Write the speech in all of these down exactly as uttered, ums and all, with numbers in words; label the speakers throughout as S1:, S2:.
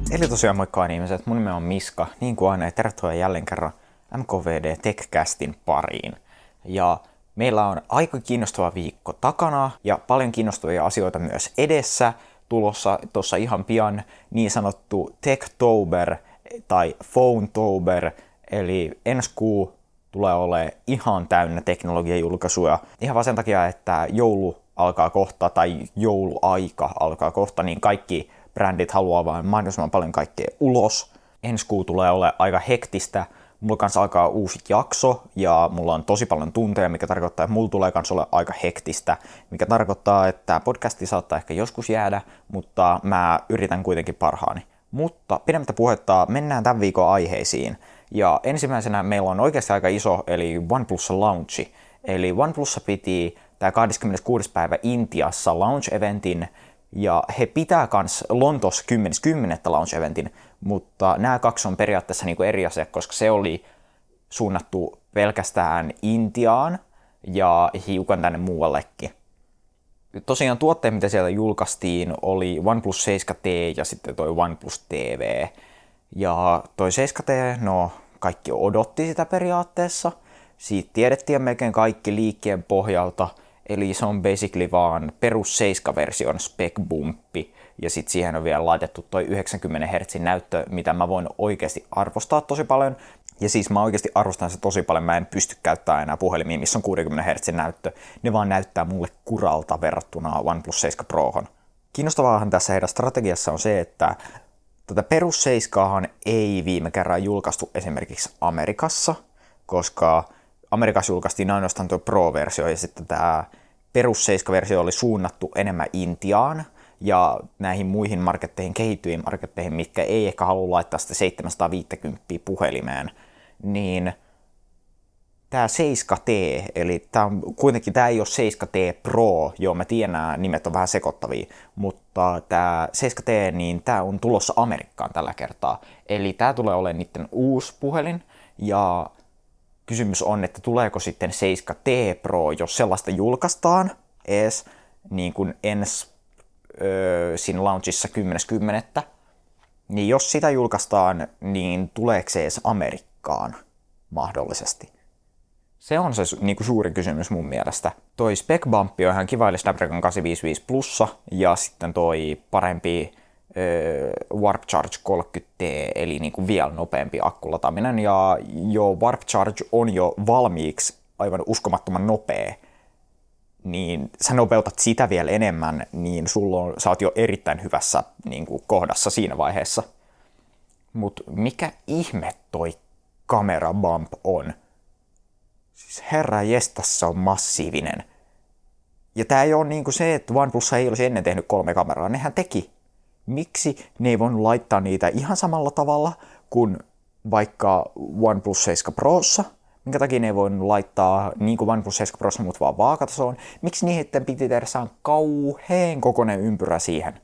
S1: Eli tosiaan moikka ihmiset, mun nimi on Miska, niin kuin aina, ja tervetuloa jälleen kerran M K V D TechCastin pariin. Ja meillä on aika kiinnostava viikko takana, ja paljon kiinnostavia asioita myös edessä, tulossa tuossa ihan pian niin sanottu Techtober tai Phonetober, eli ensi kuu tulee olemaan ihan täynnä teknologiajulkaisuja. Ihan vaan sen takia, että joulu alkaa kohta, tai jouluaika alkaa kohta, niin kaikki brändit haluaa vaan mahdollisimman paljon kaikkea ulos. Ensi kuu tulee olemaan aika hektistä. Mulla kanssa alkaa uusi jakso ja mulla on tosi paljon tunteja, mikä tarkoittaa, että mulla tulee kanssa olla aika hektistä, mikä tarkoittaa, että podcasti saattaa ehkä joskus jäädä, mutta mä yritän kuitenkin parhaani. Mutta pidemmittä puhetta mennään tämän viikon aiheisiin. Ja ensimmäisenä meillä on oikeasti aika iso, eli OnePlus launchi. Eli OnePlus piti tämä kahdeskymmeneskuudes päivä Intiassa launch-eventin, ja he pitää kans Lontossa kymmenes kymmenettä launch-eventin, mutta nämä kaksi on periaatteessa niinku eri asia, koska se oli suunnattu pelkästään Intiaan ja hiukan tänne muuallekin. Tosiaan tuotteet, mitä siellä julkaistiin, oli OnePlus seitsemän T ja sitten toi OnePlus T V. Ja toi seitsemän T, no kaikki odotti sitä periaatteessa. Siitä tiedettiin melkein kaikki liikkeen pohjalta. Eli se on basically vaan perus seitsemän-version spec-bumppi, ja sitten siihen on vielä laitettu toi yhdeksänkymmentä hertsin näyttö, mitä mä voin oikeasti arvostaa tosi paljon. Ja siis mä oikeasti arvostan se tosi paljon, mä en pysty käyttämään enää puhelimia, missä on kuudenkymmenen hertsin näyttö. Ne vaan näyttää mulle kuralta verrattuna OnePlus seitsemän Prohon. Kiinnostavaahan tässä heidän strategiassa on se, että tätä perus seitsemän ei viime kerran julkaistu esimerkiksi Amerikassa, koska Amerikassa julkaistiin ainoastaan tuo Pro-versio, ja sitten tämä perus seitsemän-versio oli suunnattu enemmän Intiaan ja näihin muihin marketteihin, kehittyihin marketteihin, mitkä ei ehkä halua laittaa sitä seitsemänsataaviisikymmentä puhelimeen, niin tämä seitsemän T, eli tämä on, kuitenkin tämä ei ole seitsemän T Pro, joo mä tiedän, nämä nimet on vähän sekoittavia, mutta tämä seitsemän T, niin tämä on tulossa Amerikkaan tällä kertaa, eli tämä tulee olemaan niiden uusi puhelin, ja kysymys on, että tuleeko sitten seitsemän T Pro, jos sellaista julkaistaan ees, niin kuin ensi öö, siinä launchissa kymmenes kymmenettä. Niin jos sitä julkaistaan, niin tuleeko se ees Amerikkaan mahdollisesti? Se on se niin kuin suuri kysymys mun mielestä. Toi spec bumpi on ihan kiva, eli Snapdragon kahdeksansataaviisikymmentäviisi plussa, ja sitten toi parempi Warp Charge kolmekymmentä T, eli niin kuin vielä nopeampi akkulataaminen, ja jo Warp Charge on jo valmiiksi aivan uskomattoman nopea, niin sä nopeutat sitä vielä enemmän, niin sulla on, sä oot jo erittäin hyvässä niin kuin kohdassa siinä vaiheessa. Mut mikä ihme toi kamera bump on? Siis herra jestas, se on massiivinen. Ja tää ei ole niin kuin se, että OnePlus ei olisi ennen tehnyt kolme kameraa, nehän teki. Miksi ne ei voinut laittaa niitä ihan samalla tavalla kuin vaikka OnePlus seitsemän Prossa? Minkä takia ne ei voinut laittaa niin kuin OnePlus seitsemän Prossa, mutta vaan vaakatasoon? Miksi niiden piti tehdä saan kauheen kokoinen ympyrä siihen?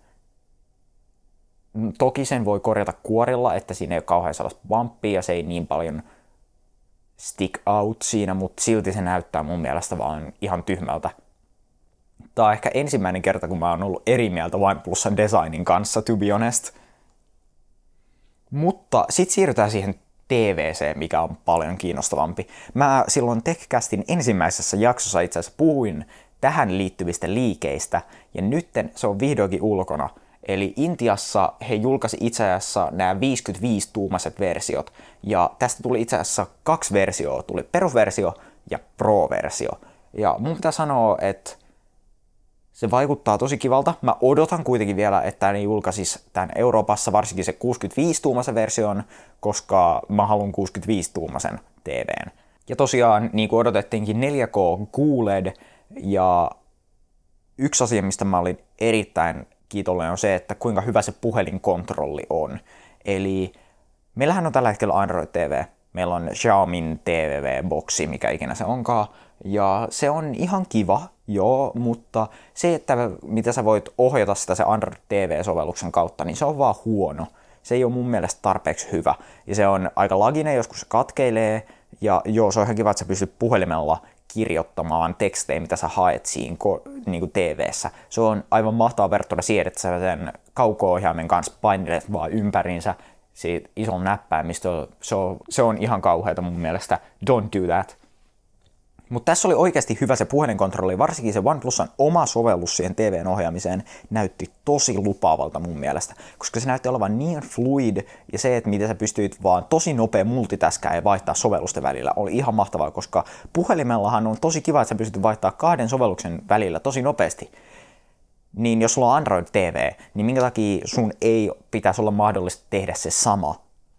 S1: Toki sen voi korjata kuorilla, että siinä ei ole kauhean sellaista bumppia ja se ei niin paljon stick out siinä, mutta silti se näyttää mun mielestä vaan ihan tyhmältä. Tämä on ehkä ensimmäinen kerta, kun mä oon ollut eri mieltä OnePlusan designin kanssa, to be honest. Mutta sitten siirrytään siihen T V C, mikä on paljon kiinnostavampi. Mä silloin TechCastin ensimmäisessä jaksossa itse asiassa puhuin tähän liittyvistä liikeistä, ja nytten se on vihdoinkin ulkona. Eli Intiassa he julkaisi itse asiassa nämä viisikymmentäviisi-tuumaiset versiot, ja tästä tuli itse asiassa kaksi versioa, tuli perusversio ja Pro-versio. Ja mun pitää sanoa, että se vaikuttaa tosi kivalta. Mä odotan kuitenkin vielä, että ne julkaisis tämän Euroopassa varsinkin se kuusikymmentäviisi-tuumaisen version, koska mä haluan kuusikymmentäviisi-tuumaisen T V:n. Ja tosiaan, niin kuin odotettiinkin, neljä K Q L E D, ja yksi asia, mistä mä olin erittäin kiitollinen, on se, että kuinka hyvä se puhelinkontrolli on. Eli meillähän on tällä hetkellä Android T V, meillä on Xiaomin T V-boksi, mikä ikinä se onkaan, ja se on ihan kiva, joo, mutta se, että mitä sä voit ohjata sitä se Android T V-sovelluksen kautta, niin se on vaan huono. Se ei ole mun mielestä tarpeeksi hyvä, ja se on aika laginen, joskus se katkeilee, ja joo, se on ihan kiva, että sä pystyt puhelimella kirjoittamaan tekstejä, mitä sä haet siinä niin kuin T V:ssä. Se on aivan mahtava verrattuna siihen, että sä sen kauko-ohjaimen kanssa painelet vaan ympäriinsä siitä ison näppäimistä. Se on, se on ihan kauheata mun mielestä. Don't do that. Mutta tässä oli oikeasti hyvä se puhelinkontrolli, varsinkin se OnePlusan oma sovellus siihen T V:n ohjaamiseen näytti tosi lupaavalta mun mielestä, koska se näytti olevan niin fluid, ja se, että miten sä pystyit vaan tosi nopea multitaskää ja vaihtaa sovellusten välillä, oli ihan mahtavaa, koska puhelimellahan on tosi kiva, että sä pystyt vaihtaa kahden sovelluksen välillä tosi nopeasti. Niin jos sulla on Android T V, niin minkä takia sun ei pitäisi olla mahdollista tehdä se sama?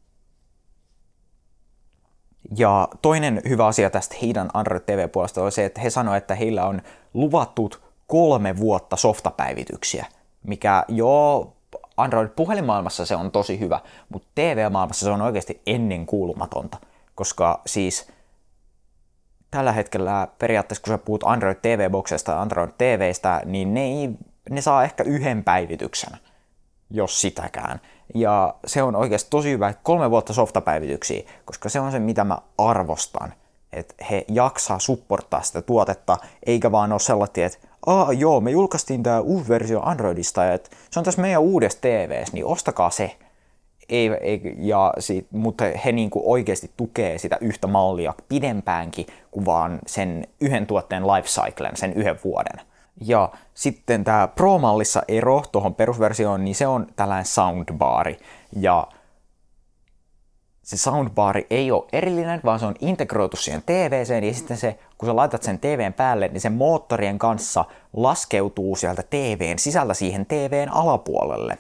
S1: Ja toinen hyvä asia tästä heidän Android T V-puolesta on se, että he sanoivat, että heillä on luvattut kolme vuotta softapäivityksiä, mikä joo, Android-puhelinmaailmassa se on tosi hyvä, mutta T V-maailmassa se on oikeasti ennenkuulumatonta, koska siis tällä hetkellä periaatteessa, kun sä puhut Android T V-boksesta ja Android T V:stä, niin ne, ei, ne saa ehkä yhden päivityksen, jos sitäkään. Ja se on oikeasti tosi hyvä, että kolme vuotta softapäivityksiä, koska se on se, mitä mä arvostan. Että he jaksaa supporttaa sitä tuotetta, eikä vaan ole sellainen, että Aa, joo, me julkaistiin tää uusi versio Androidista, ja että se on tässä meidän uudessa T V:ssä, niin ostakaa se. Ei, ei, ja sit, mutta he niinku oikeasti tukee sitä yhtä mallia pidempäänkin kuin vaan sen yhden tuotteen lifecyclen, sen yhden vuoden. Ja sitten tämä Pro-mallissa ero tuohon perusversioon, niin se on tällainen soundbari. Ja se soundbari ei ole erillinen, vaan se on integroitu siihen T V:seen. Ja sitten se, kun sä laitat sen T V:n päälle, niin se moottorien kanssa laskeutuu sieltä T V:n sisältä siihen T V:n alapuolelle.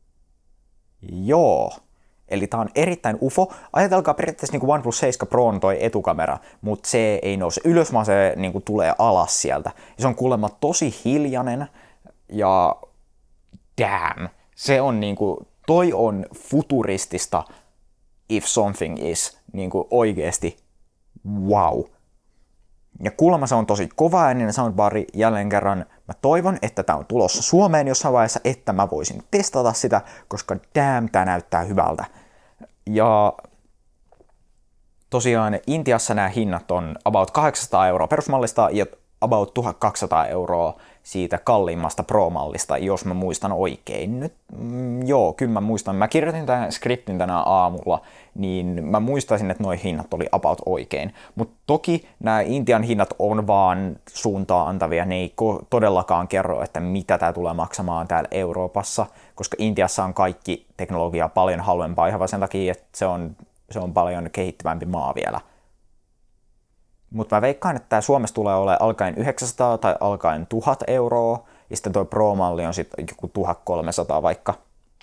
S1: Joo. Eli tää on erittäin ufo. Ajatelkaa periaatteessa niin kuin OnePlus seitsemän Proon toi etukamera, mutta se ei nouse ylös, vaan se niin kuin tulee alas sieltä. Ja se on kuulemma tosi hiljainen ja damn, se on niin kuin, toi on futuristista if something is, niin kuin oikeesti wow. Ja kuulemma se on tosi kovaääninen soundbari jälleen kerran. Mä toivon, että tää on tulossa Suomeen jossain vaiheessa, että mä voisin testata sitä, koska damn, tää näyttää hyvältä. Ja tosiaan Intiassa nämä hinnat on about kahdeksansataa euroa perusmallista ja about tuhatkaksisataa euroa siitä kalliimmasta Pro-mallista, jos mä muistan oikein. Nyt, mm, joo, kyllä mä muistan. Mä kirjoitin tämän skriptin tänä aamulla, niin mä muistaisin, että nuo hinnat oli about oikein. Mutta toki nämä Intian hinnat on vaan suuntaa antavia. Ne ei todellakaan kerro, että mitä tämä tulee maksamaan täällä Euroopassa, koska Intiassa on kaikki teknologia paljon halvempaa ihan vaan sen takia, että se on, se on paljon kehittyvämpi maa vielä. Mutta mä veikkaan, että tämä Suomessa tulee olemaan alkaen yhdeksänsataa tai alkaen tuhat euroa, ja sitten tuo Pro-malli on sitten joku tuhatkolmesataa vaikka.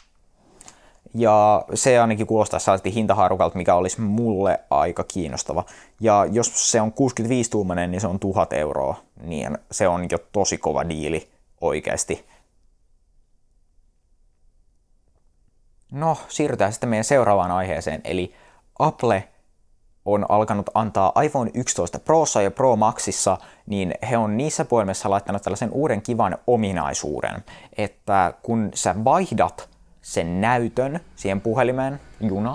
S1: Ja se ainakin kuulostaa sellaisesti hintahaarukalta, mikä olisi mulle aika kiinnostava. Ja jos se on kuusikymmentäviisi-tuumainen, niin se on tuhat euroa, niin se on jo tosi kova diili oikeasti. No, siirrytään sitten meidän seuraavaan aiheeseen, eli Apple on alkanut antaa iPhone yksitoista Prossa ja Pro Maxissa, niin he on niissä puhelimissa laittanut tällaisen uuden kivan ominaisuuden, että kun sä vaihdat sen näytön siihen puhelimeen, juna,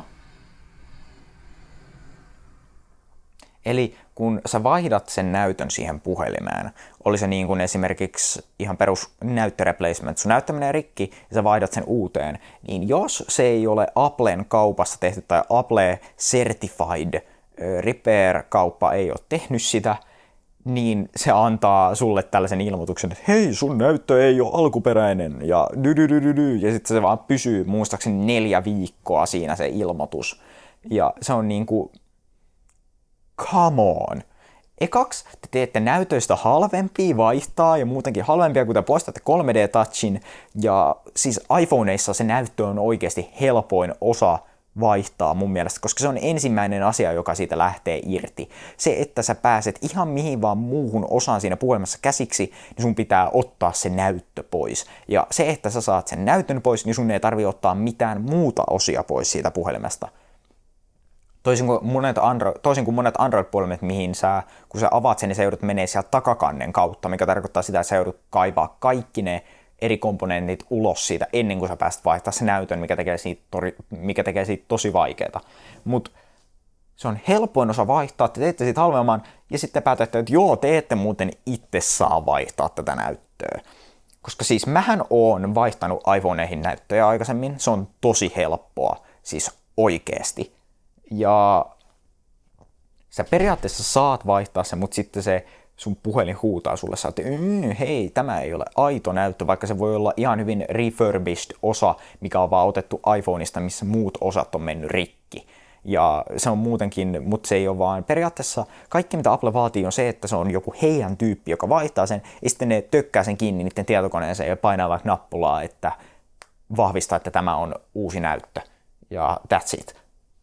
S1: eli kun sä vaihdat sen näytön siihen puhelimeen, oli se niin kuin esimerkiksi ihan perus näyttöreplacement, sun näyttö menee rikki ja sä vaihdat sen uuteen, niin jos se ei ole Applen kaupassa tehty tai Apple Certified Repair-kauppa ei ole tehnyt sitä, niin se antaa sulle tällaisen ilmoituksen, että hei, sun näyttö ei ole alkuperäinen, ja dy-dy-dy-dy, ja sitten se vaan pysyy muistaakseni neljä viikkoa siinä se ilmoitus. Ja se on niinku, come on. Ekaksi te teette näytöistä halvempia vaihtaa ja muutenkin halvempia, kun te poistatte kolme D-touchin, ja siis iPhoneissa se näyttö on oikeasti helpoin osa vaihtaa mun mielestä, koska se on ensimmäinen asia, joka siitä lähtee irti. Se, että sä pääset ihan mihin vaan muuhun osaan siinä puhelimessa käsiksi, niin sun pitää ottaa se näyttö pois. Ja se, että sä saat sen näytön pois, niin sun ei tarvitse ottaa mitään muuta osia pois siitä puhelimesta. Toisin kuin monet, Andro- toisin kuin monet Android-puhelimet, mihin sä, kun sä avaat sen, niin sä joudut menee sieltä takakannen kautta, mikä tarkoittaa sitä, että sä joudut kaivaa kaikki ne eri komponentit ulos siitä ennen kuin sä pääset vaihtaa se näytön, mikä tekee siitä, tori, mikä tekee siitä tosi vaikeaa. Mutta Se on helpoin osa vaihtaa, te teette siitä halvemman, ja sitten päätätte, että joo, te ette muuten itse saa vaihtaa tätä näyttöä. Koska siis mähän oon vaihtanut iPhoneihin näyttöjä aikaisemmin, se on tosi helppoa, siis oikeesti. Ja sä periaatteessa saat vaihtaa sen, mutta sitten se sun puhelin huutaa sulle, sä oot, hei, tämä ei ole aito näyttö, vaikka se voi olla ihan hyvin refurbished osa, mikä on vaan otettu iPhoneista, missä muut osat on mennyt rikki. Ja se on muutenkin, mutta se ei ole vaan, periaatteessa kaikki mitä Apple vaatii on se, että se on joku heidän tyyppi, joka vaihtaa sen, ja sitten ne tökkää sen kiinni niiden tietokoneeseen ja painaa vaikka nappulaa, että vahvistaa, että tämä on uusi näyttö. Ja that's it.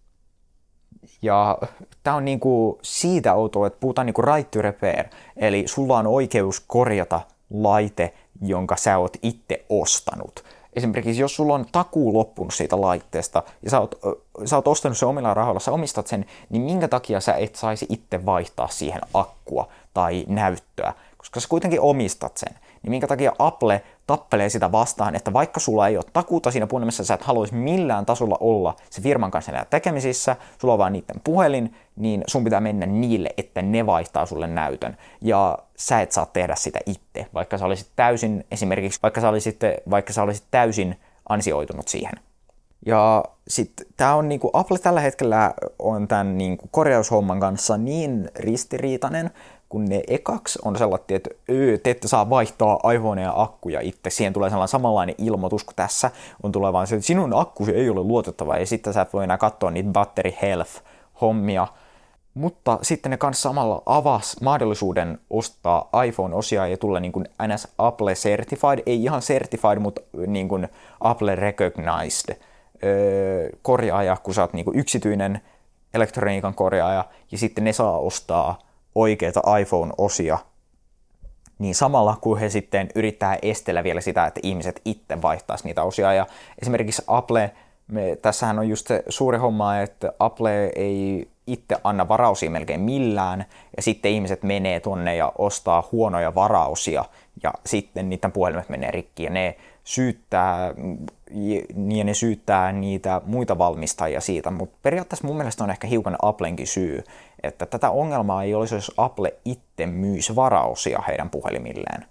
S1: Ja tää on niinku siitä outoa, että puhutaan niinku right to repair, eli sulla on oikeus korjata laite, jonka sä oot itse ostanut. Esimerkiksi jos sulla on takuu loppunut siitä laitteesta ja sä oot, sä oot ostanut sen omilla rahoilla, sä omistat sen, niin minkä takia sä et saisi itse vaihtaa siihen akkua tai näyttöä, koska sä kuitenkin omistat sen. Niin minkä takia Apple tappelee sitä vastaan, että vaikka sulla ei ole takuuta siinä puhelimessa, sä et haluaisi millään tasolla olla se firman kanssa enää tekemisissä, sulla on vaan niiden puhelin, niin sun pitää mennä niille, että ne vaihtaa sulle näytön. Ja sä et saa tehdä sitä itse, vaikka sä olisit täysin, esimerkiksi vaikka sä olisit, vaikka sä olisit täysin ansioitunut siihen. Ja sitten tää on niinku, Apple tällä hetkellä on tämän niinku korjaushomman kanssa niin ristiriitainen, kun ne ekaksi on sellainen, että öö, te ette saa vaihtaa iPhonea akkuja itse. Siihen tulee sellainen samanlainen ilmoitus kuin tässä. On tulee vaan se, että sinun akkusi ei ole luotettava, ja sitten sä et voi enää katsoa niitä battery health-hommia. Mutta sitten ne kanssa samalla avasi mahdollisuuden ostaa iPhone-osia ja tulla niin kuin N S Apple Certified, ei ihan Certified, mutta niin kuin Apple Recognized öö, korjaaja, kun sä oot niin kuin yksityinen elektroniikan korjaaja, ja sitten ne saa ostaa oikeita iPhone-osia, niin samalla kun he sitten yrittää estellä vielä sitä, että ihmiset itse vaihtaisi niitä osia. Ja esimerkiksi Apple, me, tässähän on just se suuri homma, että Apple ei itse anna varausia melkein millään, ja sitten ihmiset menee tonne ja ostaa huonoja varausia, ja sitten niiden puhelimet menee rikki, ja ne syyttää, ja ne syyttää niitä muita valmistajia siitä, mutta periaatteessa mun mielestä on ehkä hiukan Applenkin syy, että tätä ongelmaa ei olisi, jos Apple itse myisi varausia heidän puhelimilleen.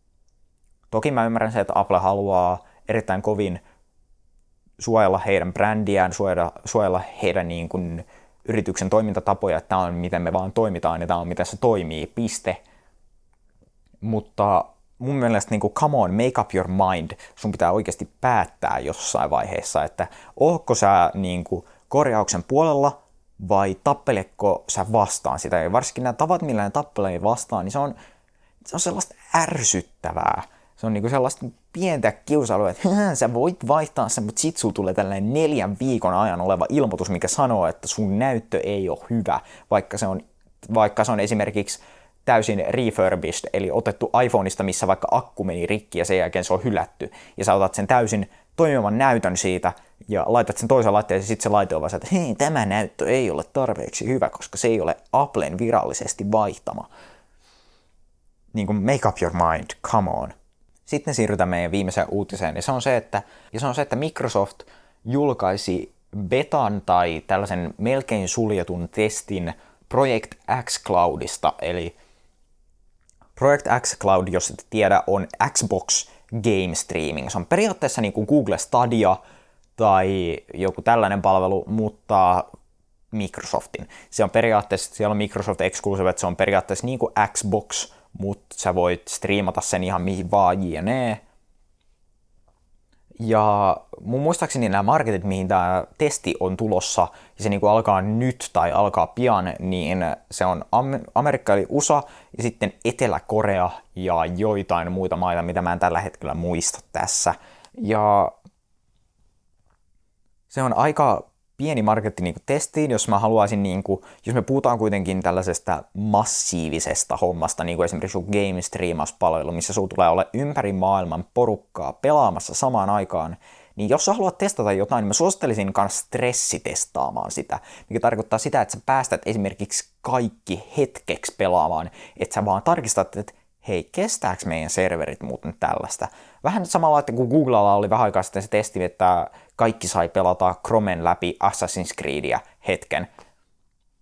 S1: Toki mä ymmärrän se, että Apple haluaa erittäin kovin suojella heidän brändiään, suojella, suojella heidän niin kuin yrityksen toimintatapoja, että tämä on miten me vaan toimitaan ja tämä on miten se toimii, piste. Mutta mun mielestä niin kuin, come on, make up your mind, sun pitää oikeasti päättää jossain vaiheessa, että ootko sä niin kuin, korjauksen puolella vai tappeleko sä vastaan sitä. Ja varsinkin nämä tavat, millä ne tappelee vastaan, niin se on, se on sellaista ärsyttävää. Se on niinku sellaista pientä kiusailua, että sä voit vaihtaa sen, mutta sit sulla tulee tällainen neljän viikon ajan oleva ilmoitus, mikä sanoo, että sun näyttö ei ole hyvä, vaikka se on, vaikka se on esimerkiksi täysin refurbished, eli otettu iPhoneista, missä vaikka akku meni rikki ja sen jälkeen se on hylätty, ja sä otat sen täysin toimivan näytön siitä, ja laitat sen toisen laitteen, ja sitten se laite on vaan, että hei, tämä näyttö ei ole tarpeeksi hyvä, koska se ei ole Applen virallisesti vaihtama. Niin kuin make up your mind, come on. Sitten siirrytään meidän viimeiseen uutiseen, ja se on se, että, ja se on se, että Microsoft julkaisi betan tai tällaisen melkein suljetun testin Project xCloudista, eli Project xCloud, jos et tiedä, on Xbox Game Streaming. Se on periaatteessa niin kuin Google Stadia tai joku tällainen palvelu, mutta Microsoftin. Se on periaatteessa, siellä on Microsoft Exclusive, että se on periaatteessa niin kuin Xbox, mutta sä voit striimata sen ihan mihin vaan jne. Ja mun muistaakseni nämä marketit, mihin tämä testi on tulossa, ja se niinku alkaa nyt tai alkaa pian, niin se on Amerikka eli U S A, ja sitten Etelä-Korea ja joitain muita maita, mitä mä en tällä hetkellä muista tässä. Ja se on aika pieni marketti niin testiin, jos mä haluaisin, niin kuin, jos me puhutaan kuitenkin tällaisesta massiivisesta hommasta, niin kuin esimerkiksi game streamauspalvelu, missä sulla tulee olla ympäri maailman porukkaa pelaamassa samaan aikaan, niin jos sä haluat testata jotain, niin mä suosittelisin kanssa stressitestaamaan sitä, mikä tarkoittaa sitä, että sä päästät esimerkiksi kaikki hetkeksi pelaamaan, että sä vaan tarkistat, että hei, kestääkö meidän serverit muuten tällaista? Vähän samalla, että kun Googlella oli vähän aikaa sitten se testi, että kaikki sai pelata Chromen läpi Assassin's Creedia hetken.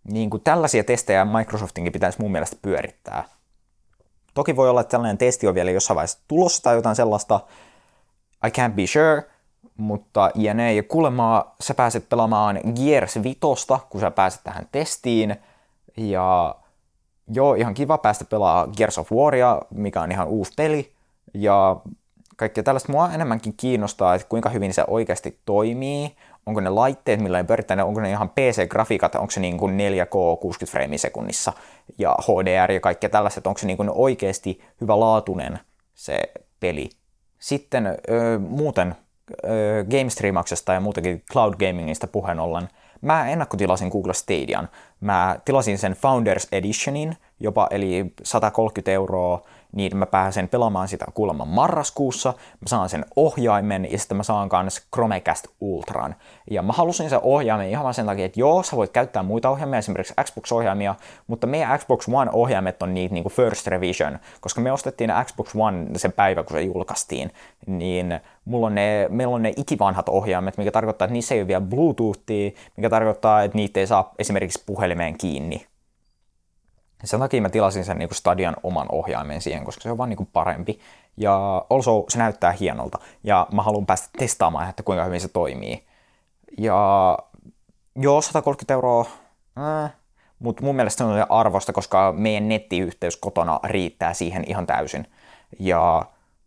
S1: niin kuin tällaisia testejä Microsoftinkin pitäisi mun mielestä pyörittää. Toki voi olla, että tällainen testi on vielä jossain vaiheessa tulossa tai jotain sellaista, I can't be sure, mutta jne. Ja kuulemma sä pääset pelaamaan Gears viisi, kun sä pääset tähän testiin, ja joo, ihan kiva päästä pelaamaan Gears of Waria, mikä on ihan uusi peli, ja kaikkea tällaista mua enemmänkin kiinnostaa, että kuinka hyvin se oikeasti toimii, onko ne laitteet, millä ne pyörittää, onko ne ihan P C-grafiikat, onko se niin kuin neljä K kuusikymmentä freimiä sekunnissa ja H D R ja kaikkea tällaiset, onko se niin kuin oikeasti hyvälaatuinen se peli. Sitten öö, muuten öö, game streamauksesta ja muutenkin cloud gamingista puheen ollen, mä ennakkotilasin Google Stadian. Mä tilasin sen Founders Editionin jopa, eli sata kolmekymmentä euroa, niin mä pääsen pelaamaan sitä kuulemma marraskuussa, mä saan sen ohjaimen ja sitten mä saan kans Chromecast Ultran. Ja mä halusin sen ohjaimen ihan vaan sen takia, että joo, sä voit käyttää muita ohjaimia, esimerkiksi Xbox-ohjaimia, mutta meidän Xbox One-ohjaimet on niitä niinku first revision, koska me ostettiin Xbox One sen päivä, kun se julkaistiin, niin mulla on ne, meillä on ne ikivanhat ohjaimet, mikä tarkoittaa, että niissä ei ole vielä Bluetoothia, mikä tarkoittaa, että niitä ei saa esimerkiksi puhelimeen kiinni. Sen takia mä tilasin sen niin kuin Stadian oman ohjaimen siihen, koska se on vaan niin kuin parempi. Ja also se näyttää hienolta. Ja mä haluan päästä testaamaan, että kuinka hyvin se toimii. Ja joo, sata kolmekymmentä euroa, äh, mutta mun mielestä se on arvosta, koska meidän nettiyhteys kotona riittää siihen ihan täysin. Ja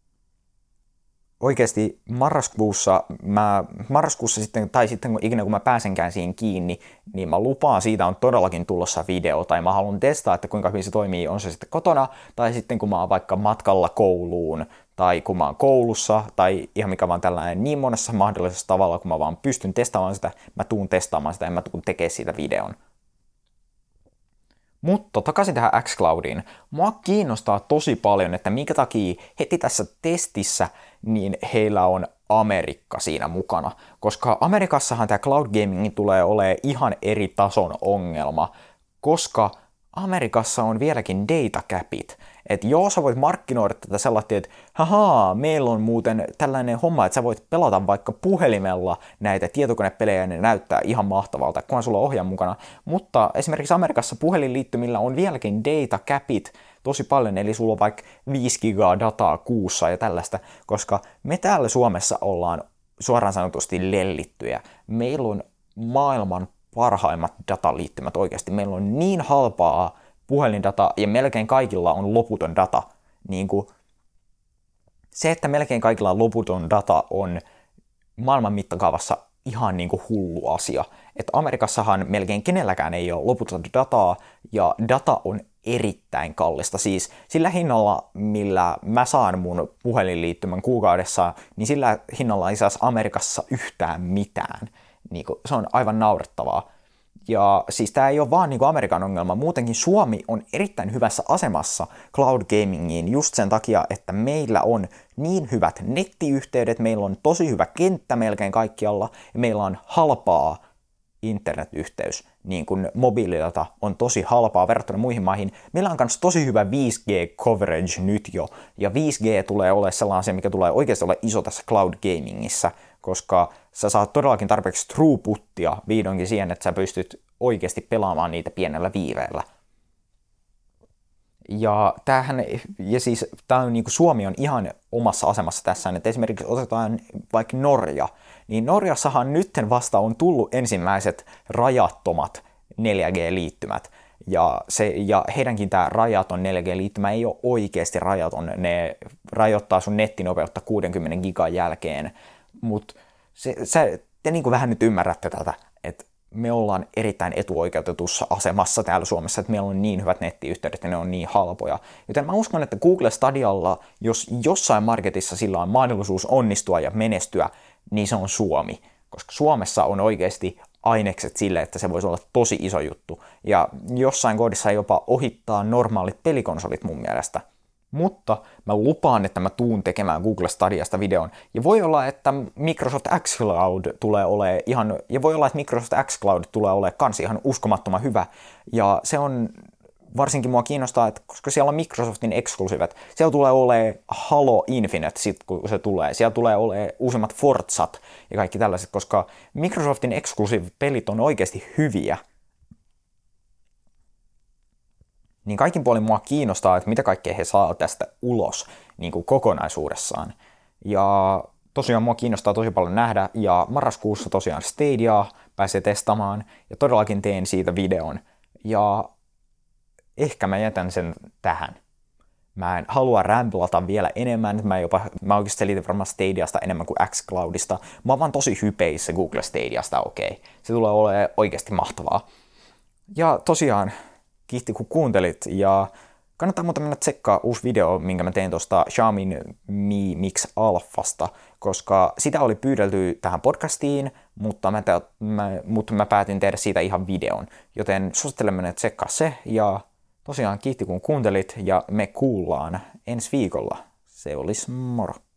S1: oikeasti marraskuussa, mä, marraskuussa sitten, tai sitten ikinä kun mä pääsenkään siihen kiinni, niin mä lupaan, siitä on todellakin tulossa video, tai mä haluan testaa, että kuinka hyvin se toimii, on se sitten kotona, tai sitten kun mä oon vaikka matkalla kouluun, tai kun mä oon koulussa, tai ihan mikä vaan tällainen niin monessa mahdollisessa tavalla, kun mä vaan pystyn testaamaan sitä, mä tuun testaamaan sitä, ja mä tuun tekemään siitä videon. Mutta takaisin tähän xCloudiin. Mua kiinnostaa tosi paljon, että minkä takia heti tässä testissä niin heillä on Amerikka siinä mukana. Koska Amerikassahan tämä cloud gaming tulee olemaan ihan eri tason ongelma, koska Amerikassa on vieläkin data capit. Että joo, sä voit markkinoida tätä sellaista, että hahaa, meillä on muuten tällainen homma, että sä voit pelata vaikka puhelimella näitä tietokonepelejä ja ne näyttää ihan mahtavalta, kunhan sulla on ohjaaja mukana. Mutta esimerkiksi Amerikassa puhelinliittymillä on vieläkin data capit tosi paljon, eli sulla on vaikka viisi gigaa dataa kuussa ja tällaista, koska me täällä Suomessa ollaan suoraan sanotusti lellittyjä. Meillä on maailman parhaimmat dataliittymät oikeasti. Meillä on niin halpaa puhelindata ja melkein kaikilla on loputon data. Niin kuin se, että melkein kaikilla on loputon data on maailman mittakaavassa ihan niin kuin hullu asia. Että Amerikassahan melkein kenelläkään ei ole loputonta dataa ja data on erittäin kallista. Siis sillä hinnalla, millä mä saan mun puhelinliittymän kuukaudessa, niin sillä hinnalla ei saisi Amerikassa yhtään mitään. Niin kuin, se on aivan naurettavaa. Ja siis tämä ei ole vaan niin kuin Amerikan ongelma, muutenkin Suomi on erittäin hyvässä asemassa cloud gamingiin just sen takia, että meillä on niin hyvät nettiyhteydet, meillä on tosi hyvä kenttä melkein kaikkialla ja meillä on halpaa internetyhteys, niin kuin mobiilidata on tosi halpaa verrattuna muihin maihin. Meillä on myös tosi hyvä viisi G coverage nyt jo, ja viisi G tulee olemaan sellainen asia, mikä tulee oikeasti olla iso tässä cloud gamingissa, koska sä saat todellakin tarpeeksi throughputia vihdoinkin siihen, että sä pystyt oikeasti pelaamaan niitä pienellä viiveellä. Ja tämähän, ja siis tää on, niin kuin Suomi on ihan omassa asemassa tässä, että esimerkiksi otetaan vaikka Norja, niin Norjassahan nytten vasta on tullut ensimmäiset rajattomat neljä G-liittymät, ja, se, ja heidänkin tämä rajaton neljä G-liittymä ei ole oikeasti rajaton, ne rajoittaa sun nettinopeutta kuusikymmentä gigan jälkeen, mutta te niin kuin vähän nyt ymmärrätte tätä, että me ollaan erittäin etuoikeutetussa asemassa täällä Suomessa, että meillä on niin hyvät nettiyhteydet ja ne on niin halpoja. Joten mä uskon, että Google Stadialla, jos jossain marketissa sillä on mahdollisuus onnistua ja menestyä, niin se on Suomi. Koska Suomessa on oikeasti ainekset sille, että se voisi olla tosi iso juttu. Ja jossain kohdissa jopa ohittaa normaalit pelikonsolit mun mielestä. Mutta mä lupaan, että mä tuun tekemään Google Stadiasta videon. Ja voi olla, että Microsoft xCloud tulee olemaan ihan, ja voi olla, että Microsoft xCloud tulee olemaan kans ihan uskomattoman hyvä. Ja se on, varsinkin mua kiinnostaa, että koska siellä on Microsoftin eksklusiivet, siellä tulee olemaan Halo Infinite sit kun se tulee. Siellä tulee olemaan uusimmat Forzat ja kaikki tällaiset, koska Microsoftin eksklusiivipelit on oikeasti hyviä. niin kaikin puolin mua kiinnostaa, että mitä kaikkea he saa tästä ulos niin kuin kokonaisuudessaan. Ja tosiaan mua kiinnostaa tosi paljon nähdä, ja marraskuussa tosiaan Stadia pääsee testaamaan, ja todellakin teen siitä videon. Ja ehkä mä jätän sen tähän. Mä en halua ramblata vielä enemmän, mä, jopa, mä oikeasti selitän varmaan Stadiasta enemmän kuin xCloudista. Mä oon vaan tosi hypeissä Google Stadiasta, okei. Okay. Se tulee olemaan oikeasti mahtavaa. Ja tosiaan, kiitti kun kuuntelit, ja kannattaa muuten mennä tsekkaa uusi video, minkä mä tein tuosta Xiaomin Mi Mix Alphasta, koska sitä oli pyydelty tähän podcastiin, mutta mä, te, mä, mutta mä päätin tehdä siitä ihan videon. Joten suosittelen mennä tsekkaa se, ja tosiaan kiitti kun kuuntelit, ja me kuullaan ensi viikolla. Se olisi moro.